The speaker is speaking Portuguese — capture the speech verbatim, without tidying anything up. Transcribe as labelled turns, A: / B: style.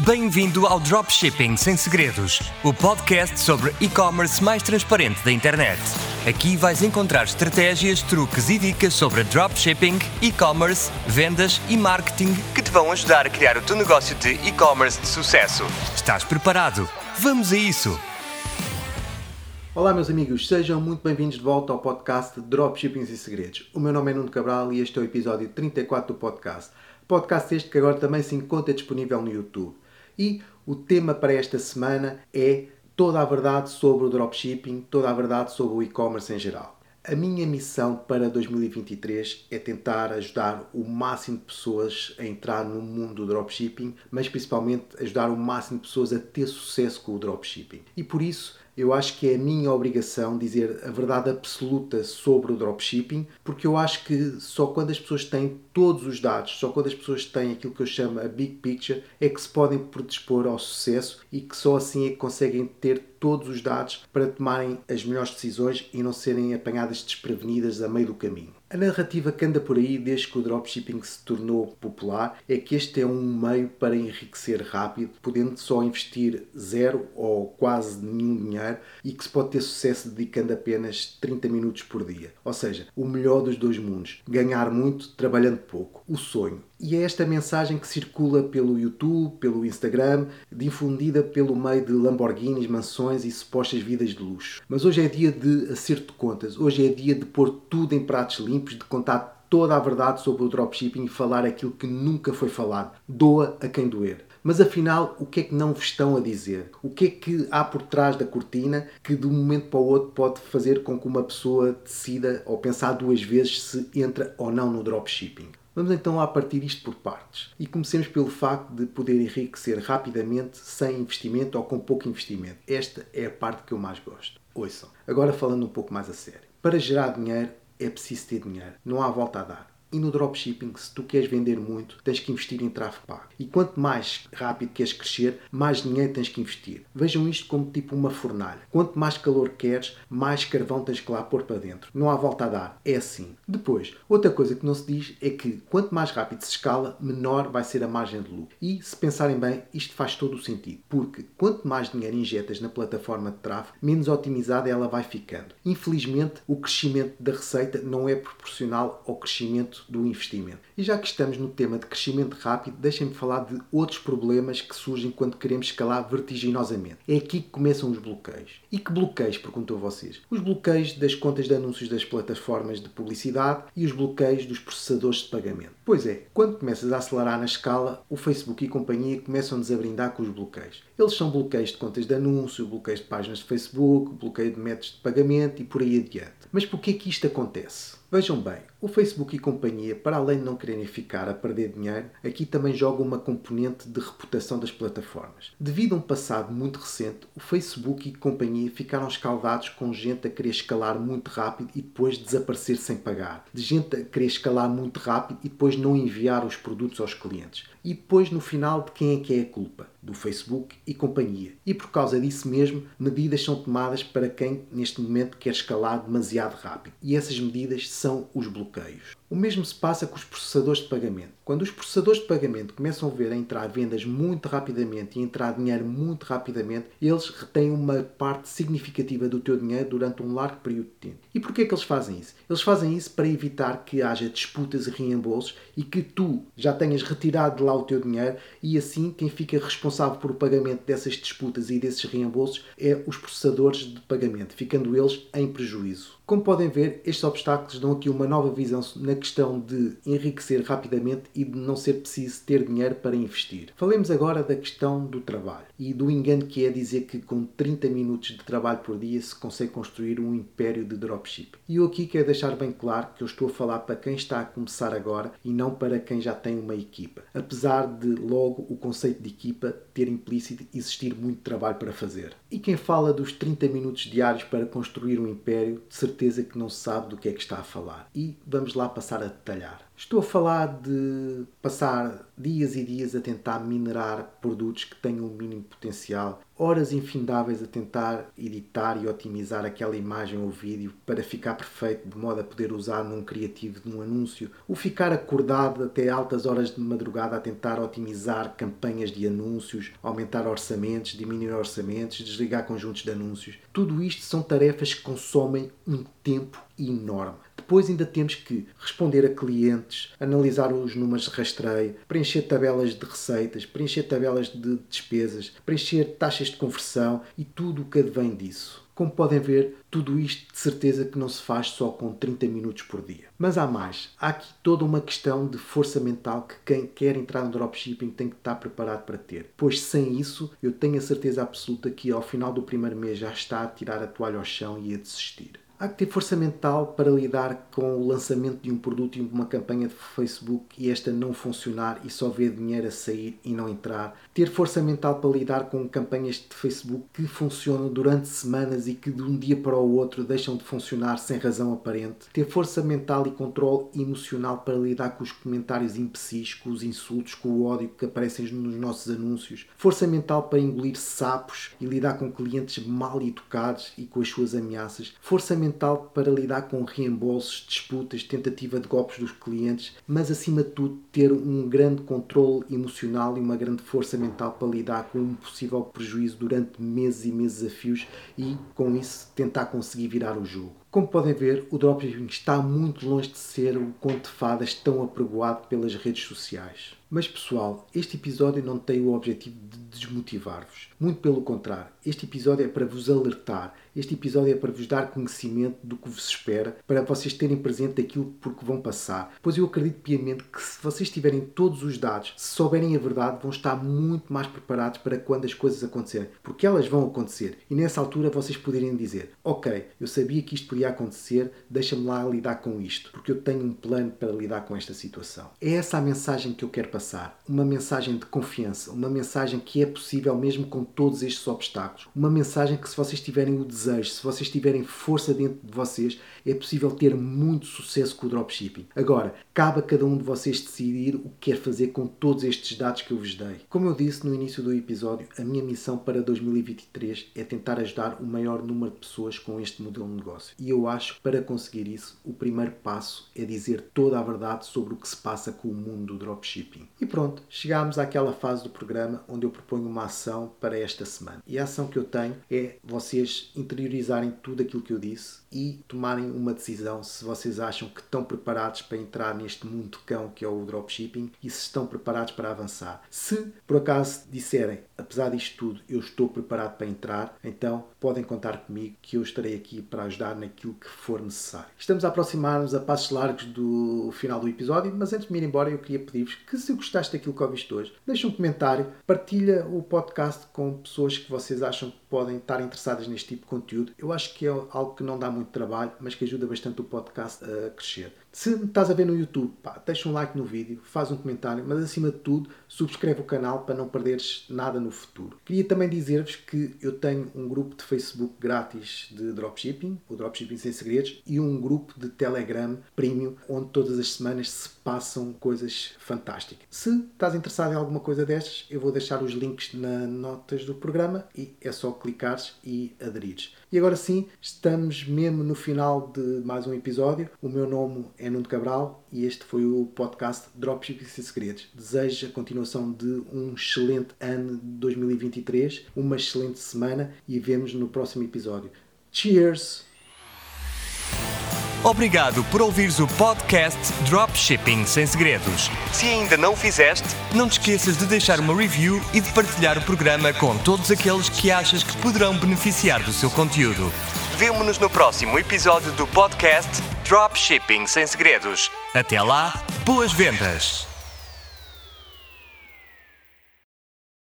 A: Bem-vindo ao Dropshipping Sem Segredos, o podcast sobre e-commerce mais transparente da internet. Aqui vais encontrar estratégias, truques e dicas sobre dropshipping, e-commerce, vendas e marketing que te vão ajudar a criar o teu negócio de e-commerce de sucesso. Estás preparado? Vamos a isso!
B: Olá meus amigos, sejam muito bem-vindos de volta ao podcast Dropshipping Sem Segredos. O meu nome é Nuno Cabral e este é o episódio trinta e quatro do podcast. Podcast este que agora também se encontra disponível no YouTube. E o tema para esta semana é toda a verdade sobre o dropshipping, toda a verdade sobre o e-commerce em geral. A minha missão para dois mil e vinte e três é tentar ajudar o máximo de pessoas a entrar no mundo do dropshipping, mas principalmente ajudar o máximo de pessoas a ter sucesso com o dropshipping. E por isso eu acho que é a minha obrigação dizer a verdade absoluta sobre o dropshipping, porque eu acho que só quando as pessoas têm todos os dados, só quando as pessoas têm aquilo que eu chamo a big picture, é que se podem predispor ao sucesso e que só assim é que conseguem ter todos os dados para tomarem as melhores decisões e não serem apanhadas desprevenidas a meio do caminho. A narrativa que anda por aí desde que o dropshipping se tornou popular é que este é um meio para enriquecer rápido, podendo só investir zero ou quase nenhum dinheiro e que se pode ter sucesso dedicando apenas trinta minutos por dia. Ou seja, o melhor dos dois mundos. Ganhar muito, trabalhando pouco. O sonho. E é esta mensagem que circula pelo YouTube, pelo Instagram, difundida pelo meio de Lamborghinis, mansões e supostas vidas de luxo. Mas hoje é dia de acerto de contas. Hoje é dia de pôr tudo em pratos limpos, de contar toda a verdade sobre o dropshipping e falar aquilo que nunca foi falado. Doa a quem doer. Mas afinal, o que é que não vos estão a dizer? O que é que há por trás da cortina que de um momento para o outro pode fazer com que uma pessoa decida ou pensar duas vezes se entra ou não no dropshipping? Vamos então lá partir isto por partes. E comecemos pelo facto de poder enriquecer rapidamente, sem investimento ou com pouco investimento. Esta é a parte que eu mais gosto. Ouçam. Agora falando um pouco mais a sério. Para gerar dinheiro é preciso ter dinheiro. Não há volta a dar. E no dropshipping, se tu queres vender muito, tens que investir em tráfego pago. E quanto mais rápido queres crescer, mais dinheiro tens que investir. Vejam isto como tipo uma fornalha. Quanto mais calor queres, mais carvão tens que lá pôr para dentro. Não há volta a dar. É assim. Depois, outra coisa que não se diz é que quanto mais rápido se escala, menor vai ser a margem de lucro. E, se pensarem bem, isto faz todo o sentido. Porque quanto mais dinheiro injetas na plataforma de tráfego, menos otimizada ela vai ficando. Infelizmente, o crescimento da receita não é proporcional ao crescimento do investimento. E já que estamos no tema de crescimento rápido, deixem-me falar de outros problemas que surgem quando queremos escalar vertiginosamente. É aqui que começam os bloqueios. E que bloqueios, pergunto a vocês? Os bloqueios das contas de anúncios das plataformas de publicidade e os bloqueios dos processadores de pagamento. Pois é, quando começas a acelerar na escala, o Facebook e companhia começam-nos a brindar com os bloqueios. Eles são bloqueios de contas de anúncio, bloqueios de páginas de Facebook, bloqueio de métodos de pagamento e por aí adiante. Mas porquê que isto acontece? Vejam bem, o Facebook e companhia, para além de não quererem ficar a perder dinheiro, aqui também joga uma componente de reputação das plataformas. Devido a um passado muito recente, o Facebook e companhia ficaram escaldados com gente a querer escalar muito rápido e depois desaparecer sem pagar. De gente a querer escalar muito rápido e depois não enviar os produtos aos clientes. E depois, no final, de quem é que é a culpa? Do Facebook e companhia. E por causa disso mesmo, medidas são tomadas para quem neste momento quer escalar demasiado rápido. E essas medidas são os bloqueios. O mesmo se passa com os processadores de pagamento. Quando os processadores de pagamento começam a ver a entrar vendas muito rapidamente e a entrar dinheiro muito rapidamente, eles retêm uma parte significativa do teu dinheiro durante um largo período de tempo. E porquê é que eles fazem isso? Eles fazem isso para evitar que haja disputas e reembolsos e que tu já tenhas retirado de lá o teu dinheiro e assim quem fica responsável por o pagamento dessas disputas e desses reembolsos é os processadores de pagamento, ficando eles em prejuízo. Como podem ver, estes obstáculos dão aqui uma nova visão na questão de enriquecer rapidamente e de não ser preciso ter dinheiro para investir. Falemos agora da questão do trabalho e do engano que é dizer que com trinta minutos de trabalho por dia se consegue construir um império de dropshipping. E eu aqui quero deixar bem claro que eu estou a falar para quem está a começar agora e não para quem já tem uma equipa. Apesar de logo o conceito de equipa ter implícito existir muito trabalho para fazer. E quem fala dos trinta minutos diários para construir um império, de certeza que não sabe do que é que está a falar. E vamos lá passar passar a detalhar. Estou a falar de passar dias e dias a tentar minerar produtos que tenham o mínimo potencial, horas infindáveis a tentar editar e otimizar aquela imagem ou vídeo para ficar perfeito, de modo a poder usar num criativo de um anúncio, ou ficar acordado até altas horas de madrugada a tentar otimizar campanhas de anúncios, aumentar orçamentos, diminuir orçamentos, desligar conjuntos de anúncios. Tudo isto são tarefas que consomem um tempo enorme. Depois ainda temos que responder a clientes, analisar os números de rastreio, preencher tabelas de receitas, preencher tabelas de despesas, preencher taxas de conversão e tudo o que advém disso. Como podem ver, tudo isto de certeza que não se faz só com trinta minutos por dia. Mas há mais. Há aqui toda uma questão de força mental que quem quer entrar no dropshipping tem que estar preparado para ter. Pois sem isso, eu tenho a certeza absoluta que ao final do primeiro mês já está a tirar a toalha ao chão e a desistir. Há que ter força mental para lidar com o lançamento de um produto e uma campanha de Facebook e esta não funcionar e só ver dinheiro a sair e não entrar. Ter força mental para lidar com campanhas de Facebook que funcionam durante semanas e que de um dia para o outro deixam de funcionar sem razão aparente. Ter força mental e controle emocional para lidar com os comentários imbecis, com os insultos, com o ódio que aparecem nos nossos anúncios. Força mental para engolir sapos e lidar com clientes mal educados e com as suas ameaças. Força mental mental para lidar com reembolsos, disputas, tentativa de golpes dos clientes, mas acima de tudo ter um grande controle emocional e uma grande força mental para lidar com um possível prejuízo durante meses e meses a fios e com isso tentar conseguir virar o jogo. Como podem ver, o dropshipping está muito longe de ser o conto de fadas tão apregoado pelas redes sociais. Mas pessoal, este episódio não tem o objetivo de desmotivar-vos. Muito pelo contrário, este episódio é para vos alertar. Este episódio é para vos dar conhecimento do que vos espera, para vocês terem presente aquilo por que vão passar. Pois eu acredito piamente que se vocês tiverem todos os dados, se souberem a verdade, vão estar muito mais preparados para quando as coisas acontecerem. Porque elas vão acontecer. E nessa altura vocês poderem dizer: ok, eu sabia que isto podia acontecer, deixa-me lá lidar com isto, porque eu tenho um plano para lidar com esta situação. É essa a mensagem que eu quero passar. Uma mensagem de confiança, uma mensagem que é possível mesmo com todos estes obstáculos. Uma mensagem que, se vocês tiverem o desejo, se vocês tiverem força dentro de vocês, é possível ter muito sucesso com o dropshipping. Agora, cabe a cada um de vocês decidir o que quer fazer com todos estes dados que eu vos dei. Como eu disse no início do episódio, a minha missão para dois mil e vinte e três é tentar ajudar o maior número de pessoas com este modelo de negócio. E eu acho que para conseguir isso, o primeiro passo é dizer toda a verdade sobre o que se passa com o mundo do dropshipping. E pronto, chegámos àquela fase do programa onde eu proponho uma ação para esta semana. E a ação que eu tenho é vocês interiorizarem tudo aquilo que eu disse e tomarem uma decisão se vocês acham que estão preparados para entrar neste mundo de cão que é o dropshipping e se estão preparados para avançar. Se por acaso disserem, apesar disto tudo, eu estou preparado para entrar, então podem contar comigo que eu estarei aqui para ajudar naquilo que for necessário. Estamos a aproximar-nos a passos largos do final do episódio, mas antes de me ir embora eu queria pedir-vos que, se gostaste daquilo que ouviste hoje, deixe um comentário, partilha o podcast com pessoas que vocês acham que podem estar interessadas neste tipo de conteúdo. Eu acho que é algo que não dá muito trabalho, mas que ajuda bastante o podcast a crescer. Se me estás a ver no YouTube, pá, deixa um like no vídeo, faz um comentário, mas acima de tudo, subscreve o canal para não perderes nada no futuro. Queria também dizer-vos que eu tenho um grupo de Facebook grátis de dropshipping, o Dropshipping Sem Segredos, e um grupo de Telegram Premium, onde todas as semanas se passam coisas fantásticas. Se estás interessado em alguma coisa destas, eu vou deixar os links nas notas do programa e é só clicares e aderires. E agora sim, estamos mesmo no final de mais um episódio. O meu nome é Nuno Cabral e este foi o podcast Dropshipping Sem Segredos. Desejo a continuação de um excelente ano de dois mil e vinte e três, uma excelente semana e vemos no próximo episódio. Cheers!
A: Obrigado por ouvires o podcast Dropshipping Sem Segredos. Se ainda não o fizeste, não te esqueças de deixar uma review e de partilhar o programa com todos aqueles que achas que poderão beneficiar do seu conteúdo. Vemo-nos no próximo episódio do podcast Dropshipping Sem Segredos. Até lá, boas vendas!